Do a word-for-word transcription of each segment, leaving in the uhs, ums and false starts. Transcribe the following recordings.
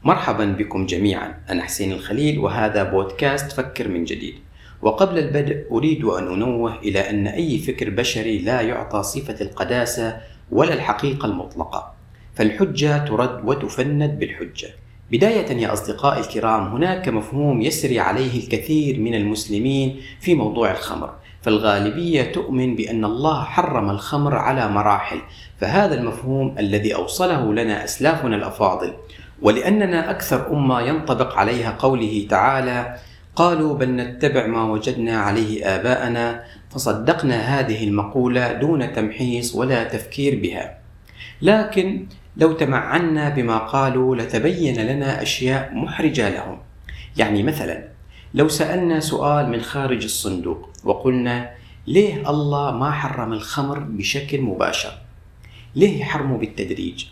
مرحبا بكم جميعا، أنا حسين الخليل وهذا بودكاست فكر من جديد. وقبل البدء أريد أن أنوه إلى أن أي فكر بشري لا يعطى صفة القداسة ولا الحقيقة المطلقة، فالحجة ترد وتفند بالحجة. بداية يا أصدقائي الكرام، هناك مفهوم يسري عليه الكثير من المسلمين في موضوع الخمر، فالغالبية تؤمن بأن الله حرم الخمر على مراحل، فهذا المفهوم الذي أوصله لنا أسلافنا الأفاضل، ولأننا أكثر أمة ينطبق عليها قوله تعالى: قالوا بل نتبع ما وجدنا عليه آباءنا، فصدقنا هذه المقولة دون تمحيص ولا تفكير بها. لكن لو تمعنا بما قالوا لتبين لنا أشياء محرجة لهم. يعني مثلا لو سألنا سؤال من خارج الصندوق وقلنا: ليه الله ما حرم الخمر بشكل مباشر؟ ليه يحرمه بالتدريج؟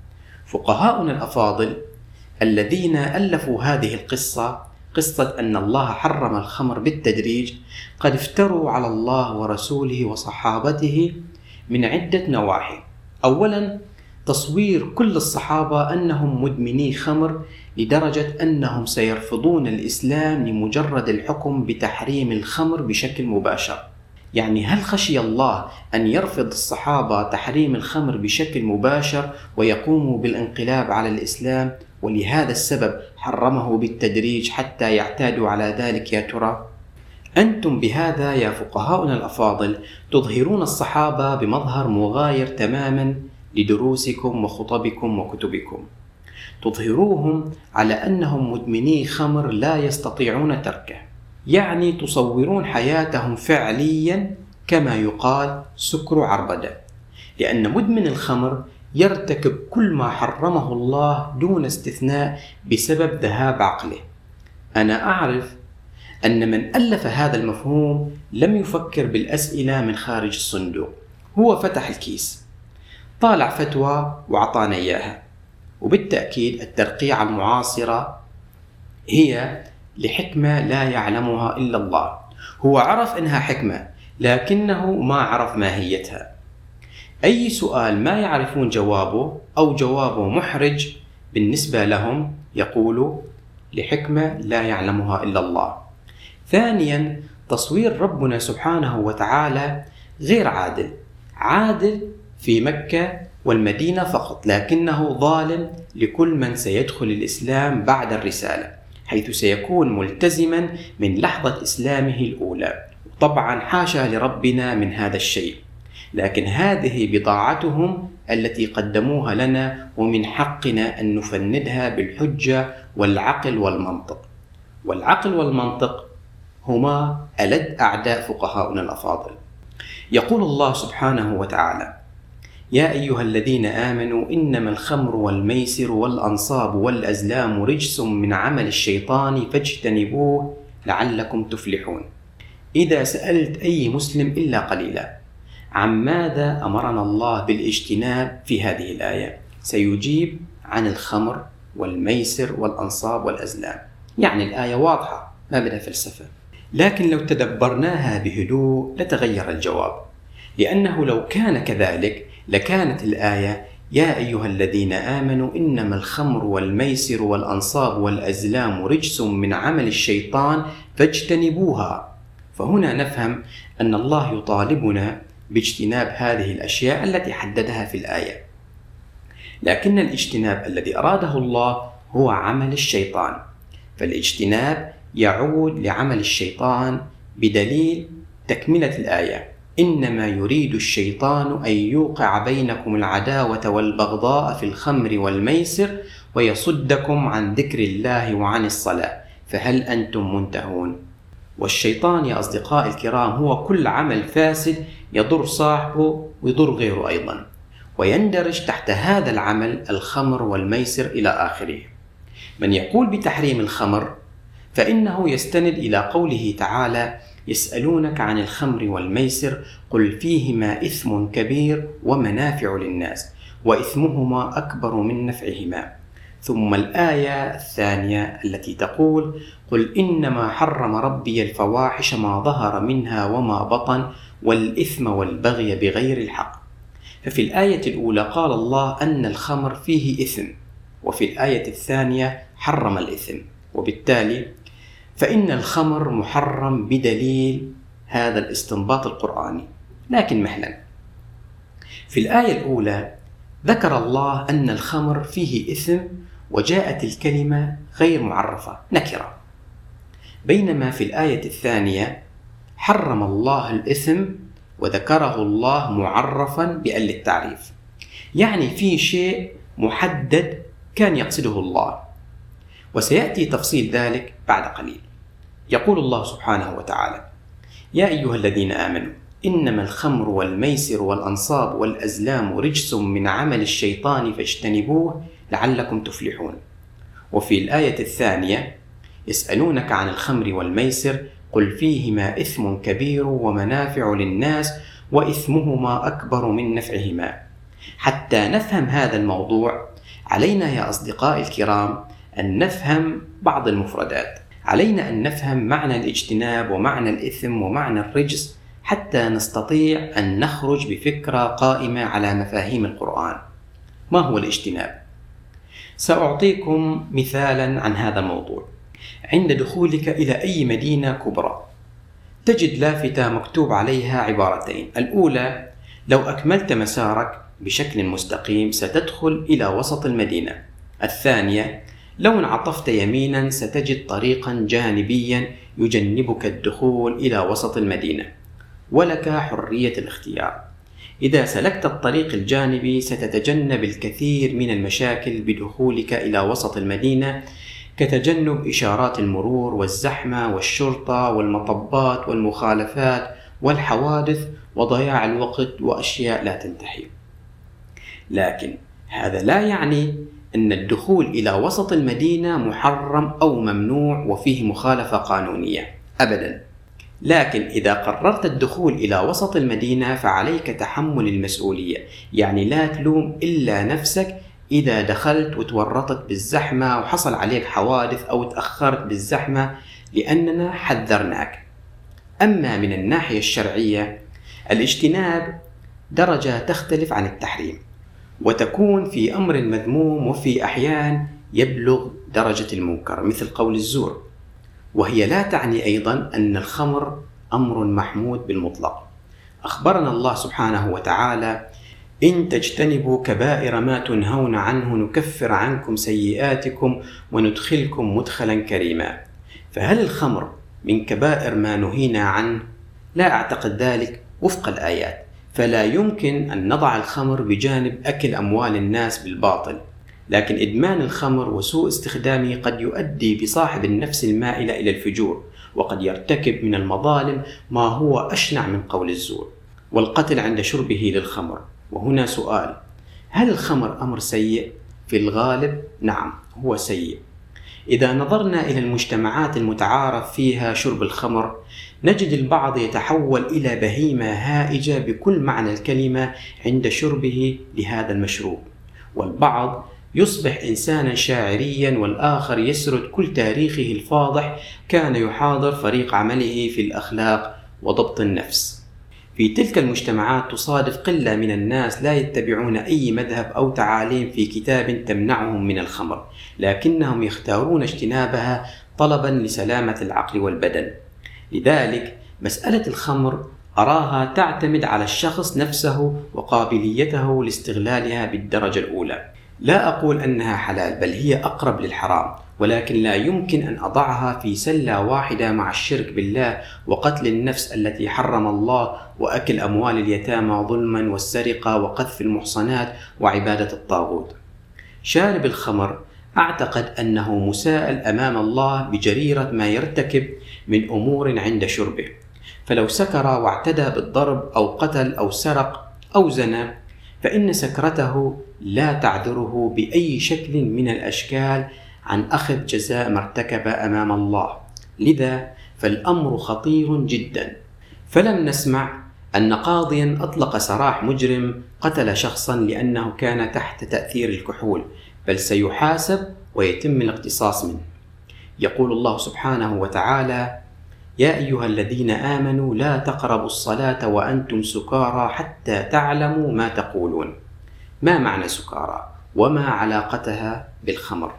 فقهاؤنا الأفاضل الذين ألفوا هذه القصة، قصة أن الله حرم الخمر بالتدريج، قد افتروا على الله ورسوله وصحابته من عدة نواحي. أولا، تصوير كل الصحابة أنهم مدمني خمر لدرجة أنهم سيرفضون الإسلام لمجرد الحكم بتحريم الخمر بشكل مباشر. يعني هل خشي الله أن يرفض الصحابة تحريم الخمر بشكل مباشر ويقوموا بالانقلاب على الإسلام، ولهذا السبب حرمه بالتدريج حتى يعتادوا على ذلك؟ يا ترى أنتم بهذا يا فقهاؤنا الأفاضل تظهرون الصحابة بمظهر مغاير تماما لدروسكم وخطبكم وكتبكم، تظهروهم على أنهم مدمني خمر لا يستطيعون تركه. يعني تصورون حياتهم فعليا كما يقال سكر عربدة، لأن مدمن الخمر يرتكب كل ما حرمه الله دون استثناء بسبب ذهاب عقله. أنا أعرف أن من ألف هذا المفهوم لم يفكر بالأسئلة من خارج الصندوق، هو فتح الكيس، طالع فتوى وعطانا إياها. وبالتأكيد الترقيعة المعاصرة هي لحكمة لا يعلمها إلا الله. هو عرف إنها حكمة لكنه ما عرف ماهيتها. أي سؤال ما يعرفون جوابه أو جوابه محرج بالنسبة لهم يقولوا لحكمة لا يعلمها إلا الله. ثانيا، تصوير ربنا سبحانه وتعالى غير عادل، عادل في مكة والمدينة فقط، لكنه ظالم لكل من سيدخل الإسلام بعد الرسالة، حيث سيكون ملتزما من لحظة إسلامه الأولى. طبعا حاشا لربنا من هذا الشيء، لكن هذه بضاعتهم التي قدموها لنا، ومن حقنا أن نفندها بالحجة والعقل والمنطق. والعقل والمنطق هما ألد أعداء فقهاؤنا الأفاضل. يقول الله سبحانه وتعالى: يا أيها الذين آمنوا إنما الخمر والميسر والأنصاب والأزلام رجس من عمل الشيطان فاجتنبوه لعلكم تفلحون. إذا سألت أي مسلم إلا قليلا عن ماذا أمرنا الله بالاجتناب في هذه الآية، سيجيب عن الخمر والميسر والأنصاب والأزلام. يعني الآية واضحة، ما بدها فلسفة. لكن لو تدبرناها بهدوء لتغير الجواب، لأنه لو كان كذلك لكانت الآية: يا أيها الذين آمنوا إنما الخمر والميسر والأنصاب والأزلام رجس من عمل الشيطان فاجتنبوها. فهنا نفهم أن الله يطالبنا باجتناب هذه الأشياء التي حددها في الآية، لكن الاجتناب الذي أراده الله هو عمل الشيطان، فالاجتناب يعود لعمل الشيطان بدليل تكملة الآية: إنما يريد الشيطان أن يوقع بينكم العداوة والبغضاء في الخمر والميسر ويصدكم عن ذكر الله وعن الصلاة فهل أنتم منتهون. والشيطان يا أصدقائي الكرام هو كل عمل فاسد يضر صاحبه ويضر غيره أيضا، ويندرج تحت هذا العمل الخمر والميسر إلى آخره. من يقول بتحريم الخمر فإنه يستند إلى قوله تعالى: يسألونك عن الخمر والميسر قل فيهما إثم كبير ومنافع للناس وإثمهما أكبر من نفعهما. ثم الآية الثانية التي تقول: قل إنما حرم ربي الفواحش ما ظهر منها وما بطن والإثم والبغي بغير الحق. ففي الآية الأولى قال الله أن الخمر فيه إثم، وفي الآية الثانية حرم الإثم، وبالتالي فإن الخمر محرم بدليل هذا الاستنباط القرآني. لكن مهلا، في الآية الأولى ذكر الله أن الخمر فيه إثم وجاءت الكلمة غير معرفة نكرة، بينما في الآية الثانية حرم الله الإثم وذكره الله معرفا بأل التعريف، يعني في شيء محدد كان يقصده الله، وسيأتي تفصيل ذلك بعد قليل. يقول الله سبحانه وتعالى: يا أيها الذين آمنوا إنما الخمر والميسر والأنصاب والأزلام رجس من عمل الشيطان فاجتنبوه لعلكم تفلحون. وفي الآية الثانية: يسألونك عن الخمر والميسر قل فيهما إثم كبير ومنافع للناس وإثمهما أكبر من نفعهما. حتى نفهم هذا الموضوع علينا يا أصدقائي الكرام أن نفهم بعض المفردات. علينا أن نفهم معنى الاجتناب ومعنى الإثم ومعنى الرجس حتى نستطيع أن نخرج بفكرة قائمة على مفاهيم القرآن. ما هو الاجتناب؟ سأعطيكم مثالا عن هذا الموضوع. عند دخولك إلى أي مدينة كبرى تجد لافتة مكتوب عليها عبارتين: الأولى: لو أكملت مسارك بشكل مستقيم ستدخل إلى وسط المدينة. الثانية: لو انعطفت يمينا ستجد طريقا جانبيا يجنبك الدخول إلى وسط المدينة، ولك حرية الاختيار. إذا سلكت الطريق الجانبي ستتجنب الكثير من المشاكل بدخولك إلى وسط المدينة، كتجنب إشارات المرور والزحمة والشرطة والمطبات والمخالفات والحوادث وضياع الوقت وأشياء لا تنتهي. لكن هذا لا يعني أن الدخول إلى وسط المدينة محرم أو ممنوع وفيه مخالفة قانونية أبدا. لكن إذا قررت الدخول إلى وسط المدينة فعليك تحمل المسؤولية، يعني لا تلوم إلا نفسك إذا دخلت وتورطت بالزحمة وحصل عليك حوادث أو تأخرت بالزحمة، لأننا حذرناك. أما من الناحية الشرعية الاجتناب درجة تختلف عن التحريم، وتكون في أمر مذموم وفي أحيان يبلغ درجة المنكر مثل قول الزور، وهي لا تعني أيضا أن الخمر أمر محمود بالمطلق. أخبرنا الله سبحانه وتعالى: إن تجتنبوا كبائر ما تنهون عنه نكفر عنكم سيئاتكم وندخلكم مدخلا كريما. فهل الخمر من كبائر ما نهينا عنه؟ لا أعتقد ذلك وفق الآيات، فلا يمكن أن نضع الخمر بجانب أكل أموال الناس بالباطل. لكن إدمان الخمر وسوء استخدامه قد يؤدي بصاحب النفس المائلة إلى الفجور، وقد يرتكب من المظالم ما هو أشنع من قول الزور والقتل عند شربه للخمر. وهنا سؤال: هل الخمر أمر سيء؟ في الغالب نعم، هو سيء. إذا نظرنا إلى المجتمعات المتعارف فيها شرب الخمر نجد البعض يتحول إلى بهيمة هائجة بكل معنى الكلمة عند شربه لهذا المشروب، والبعض يصبح إنسانا شاعريا، والآخر يسرد كل تاريخه الفاضح، كان يحاضر فريق عمله في الأخلاق وضبط النفس. في تلك المجتمعات تصادف قلة من الناس لا يتبعون أي مذهب أو تعاليم في كتاب تمنعهم من الخمر، لكنهم يختارون اجتنابها طلبا لسلامة العقل والبدن. لذلك مسألة الخمر أراها تعتمد على الشخص نفسه وقابليته لاستغلالها بالدرجة الأولى. لا أقول أنها حلال، بل هي أقرب للحرام، ولكن لا يمكن أن أضعها في سلة واحدة مع الشرك بالله وقتل النفس التي حرم الله وأكل أموال اليتامى ظلما والسرقة وقذف المحصنات وعبادة الطاغوت. شارب الخمر أعتقد أنه مساءل أمام الله بجريرة ما يرتكب من أمور عند شربه، فلو سكر واعتدى بالضرب أو قتل أو سرق أو زنى فإن سكرته لا تعذره بأي شكل من الأشكال عن أخذ جزاء ما ارتكب أمام الله. لذا فالأمر خطير جدا. فلم نسمع أن قاضيا أطلق سراح مجرم قتل شخصا لأنه كان تحت تأثير الكحول، بل سيحاسب ويتم الاقتصاص منه. يقول الله سبحانه وتعالى: يا أيها الذين آمنوا لا تقربوا الصلاة وأنتم سكارى حتى تعلموا ما تقولون. ما معنى سكارى؟ وما علاقتها بالخمر؟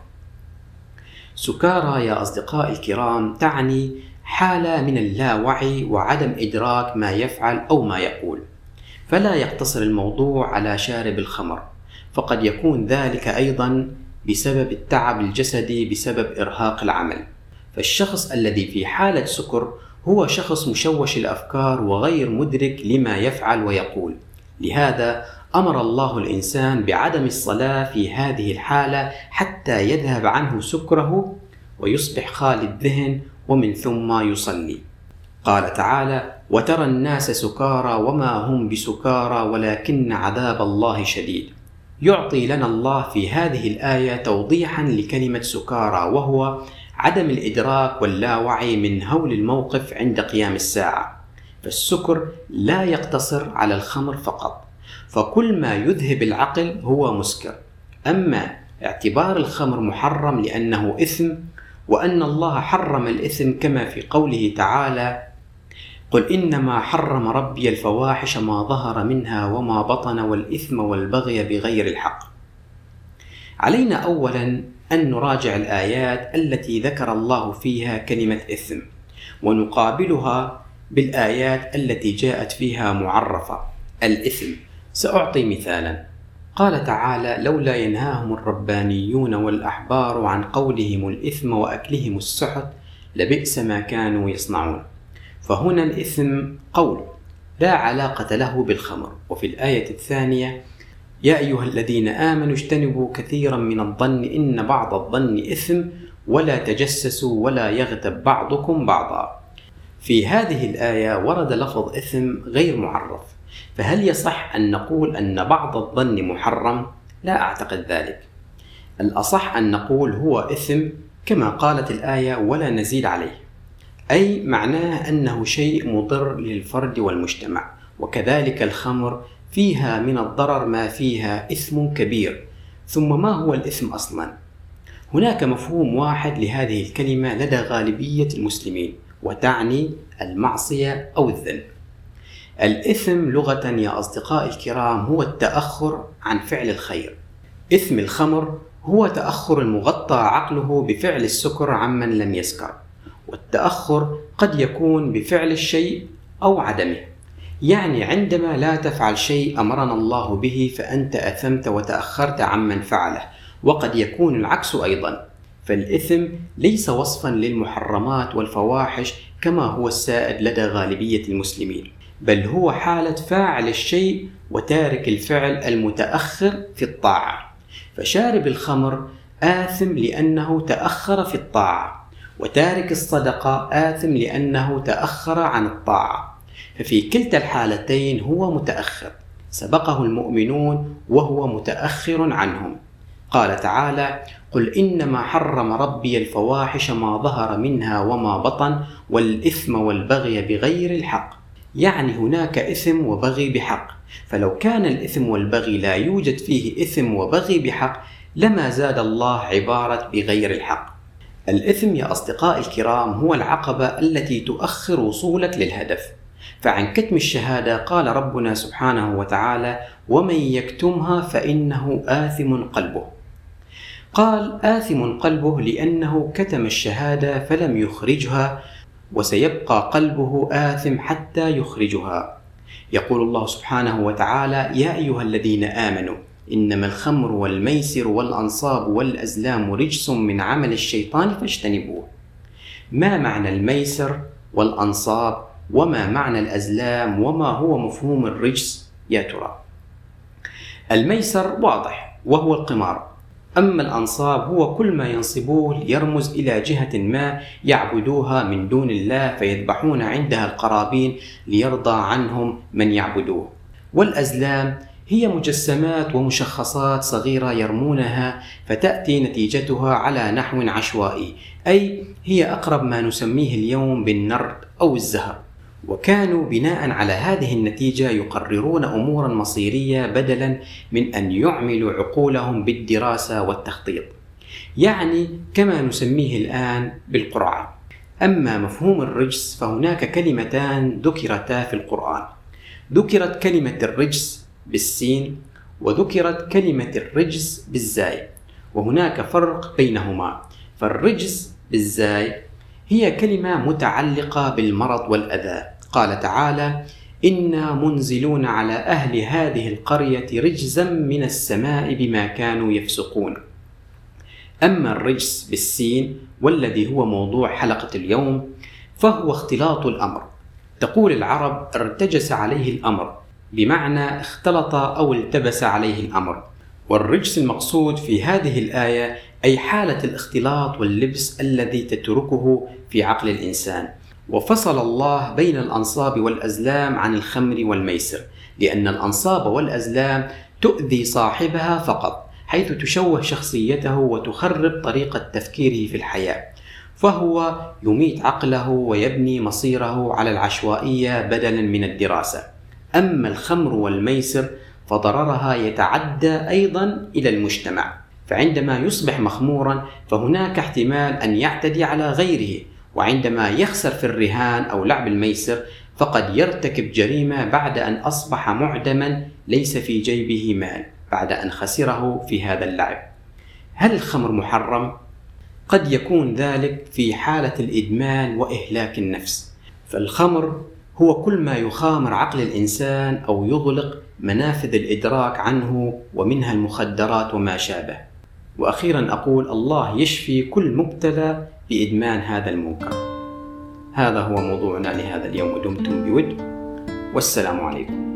سكارى يا أصدقائي الكرام تعني حالة من اللاوعي وعدم إدراك ما يفعل أو ما يقول، فلا يقتصر الموضوع على شارب الخمر، فقد يكون ذلك أيضا بسبب التعب الجسدي بسبب إرهاق العمل. فالشخص الذي في حالة سكر هو شخص مشوش الأفكار وغير مدرك لما يفعل ويقول، لهذا أمر الله الإنسان بعدم الصلاة في هذه الحالة حتى يذهب عنه سكره ويصبح خالي الذهن ومن ثم يصلي. قال تعالى: وترى الناس سكارى وما هم بسكارى ولكن عذاب الله شديد. يعطي لنا الله في هذه الآية توضيحا لكلمة سكارى، وهو عدم الإدراك واللاوعي من هول الموقف عند قيام الساعة. فالسكر لا يقتصر على الخمر فقط، فكل ما يذهب العقل هو مسكر. أما اعتبار الخمر محرم لأنه إثم، وأن الله حرم الإثم كما في قوله تعالى: قل إنما حرم ربي الفواحش ما ظهر منها وما بطن والإثم والبغي بغير الحق. علينا أولا أن نراجع الآيات التي ذكر الله فيها كلمة إثم، ونقابلها بالآيات التي جاءت فيها معرفة الإثم. سأعطي مثالا. قال تعالى: لولا ينهاهم الربانيون والأحبار عن قولهم الإثم وأكلهم السحت لبئس ما كانوا يصنعون. فهنا الإثم قول لا علاقة له بالخمر. وفي الآية الثانية: يا أيها الذين آمنوا اجتنبوا كثيرا من الظن إن بعض الظن إثم ولا تجسسوا ولا يغتب بعضكم بعضا. في هذه الآية ورد لفظ إثم غير معرف، فهل يصح أن نقول أن بعض الظن محرم؟ لا أعتقد ذلك. الأصح أن نقول هو إثم كما قالت الآية ولا نزيد عليه، أي معناه أنه شيء مضر للفرد والمجتمع. وكذلك الخمر فيها من الضرر ما فيها إثم كبير. ثم ما هو الإثم أصلا؟ هناك مفهوم واحد لهذه الكلمة لدى غالبية المسلمين، وتعني المعصية أو الذنب. الإثم لغة يا أصدقائي الكرام هو التأخر عن فعل الخير. إثم الخمر هو تأخر المغطى عقله بفعل السكر عمن لم يسكر، والتأخر قد يكون بفعل الشيء أو عدمه. يعني عندما لا تفعل شيء أمرنا الله به فأنت أثمت وتأخرت عمن فعله، وقد يكون العكس أيضا. فالإثم ليس وصفا للمحرمات والفواحش كما هو السائد لدى غالبية المسلمين، بل هو حالة فاعل الشيء وتارك الفعل المتأخر في الطاعة. فشارب الخمر آثم لأنه تأخر في الطاعة، وتارك الصدقة آثم لأنه تأخر عن الطاعة. ففي كلتا الحالتين هو متأخر، سبقه المؤمنون وهو متأخر عنهم. قال تعالى: قل إنما حرم ربي الفواحش ما ظهر منها وما بطن والإثم والبغي بغير الحق. يعني هناك إثم وبغي بحق، فلو كان الإثم والبغي لا يوجد فيه إثم وبغي بحق لما زاد الله عبارة بغير الحق. الإثم يا أصدقائي الكرام هو العقبة التي تؤخر وصولك للهدف. فعن كتم الشهادة قال ربنا سبحانه وتعالى: ومن يكتمها فإنه آثم قلبه. قال آثم قلبه لأنه كتم الشهادة فلم يخرجها، وسيبقى قلبه آثم حتى يخرجها. يقول الله سبحانه وتعالى: يا أيها الذين آمنوا إنما الخمر والميسر والأنصاب والأزلام رجس من عمل الشيطان فاجتنبوه. ما معنى الميسر والأنصاب؟ وما معنى الأزلام؟ وما هو مفهوم الرجس يا ترى؟ الميسر واضح وهو القمار، أما الأنصاب هو كل ما ينصبوه يرمز إلى جهة ما يعبدوها من دون الله فيذبحون عندها القرابين ليرضى عنهم من يعبدوه. والأزلام هي مجسمات ومشخصات صغيرة يرمونها فتأتي نتيجتها على نحو عشوائي، أي هي أقرب ما نسميه اليوم بالنرد أو الزهر. وكانوا بناء على هذه النتيجة يقررون أمورا مصيرية بدلا من أن يعملوا عقولهم بالدراسة والتخطيط، يعني كما نسميه الآن بالقرعة. أما مفهوم الرجس فهناك كلمتان ذكرتا في القرآن. ذكرت كلمة الرجس بالسين، وذكرت كلمة الرجز بالزاي، وهناك فرق بينهما. فالرجز بالزاي هي كلمة متعلقة بالمرض والأذى. قال تعالى: إنا منزلون على أهل هذه القرية رجزا من السماء بما كانوا يفسقون. أما الرجز بالسين والذي هو موضوع حلقة اليوم فهو اختلاط الأمر. تقول العرب: ارتجس عليه الأمر، بمعنى اختلط أو التبس عليه الأمر. والرجس المقصود في هذه الآية أي حالة الاختلاط واللبس الذي تتركه في عقل الإنسان. وفصل الله بين الأنصاب والأزلام عن الخمر والميسر، لأن الأنصاب والأزلام تؤذي صاحبها فقط، حيث تشوه شخصيته وتخرب طريقة تفكيره في الحياة، فهو يميت عقله ويبني مصيره على العشوائية بدلا من الدراسة. أما الخمر والميسر فضررها يتعدى أيضا إلى المجتمع، فعندما يصبح مخمورا فهناك احتمال أن يعتدي على غيره، وعندما يخسر في الرهان أو لعب الميسر فقد يرتكب جريمة بعد أن أصبح معدما ليس في جيبه مال بعد أن خسره في هذا اللعب. هل الخمر محرم؟ قد يكون ذلك في حالة الإدمان وإهلاك النفس، فالخمر هو كل ما يخامر عقل الإنسان أو يغلق منافذ الإدراك عنه، ومنها المخدرات وما شابه. وأخيرا أقول: الله يشفي كل مبتلى بإدمان هذا المنكر. هذا هو موضوعنا لهذا اليوم، ودمتم بود، والسلام عليكم.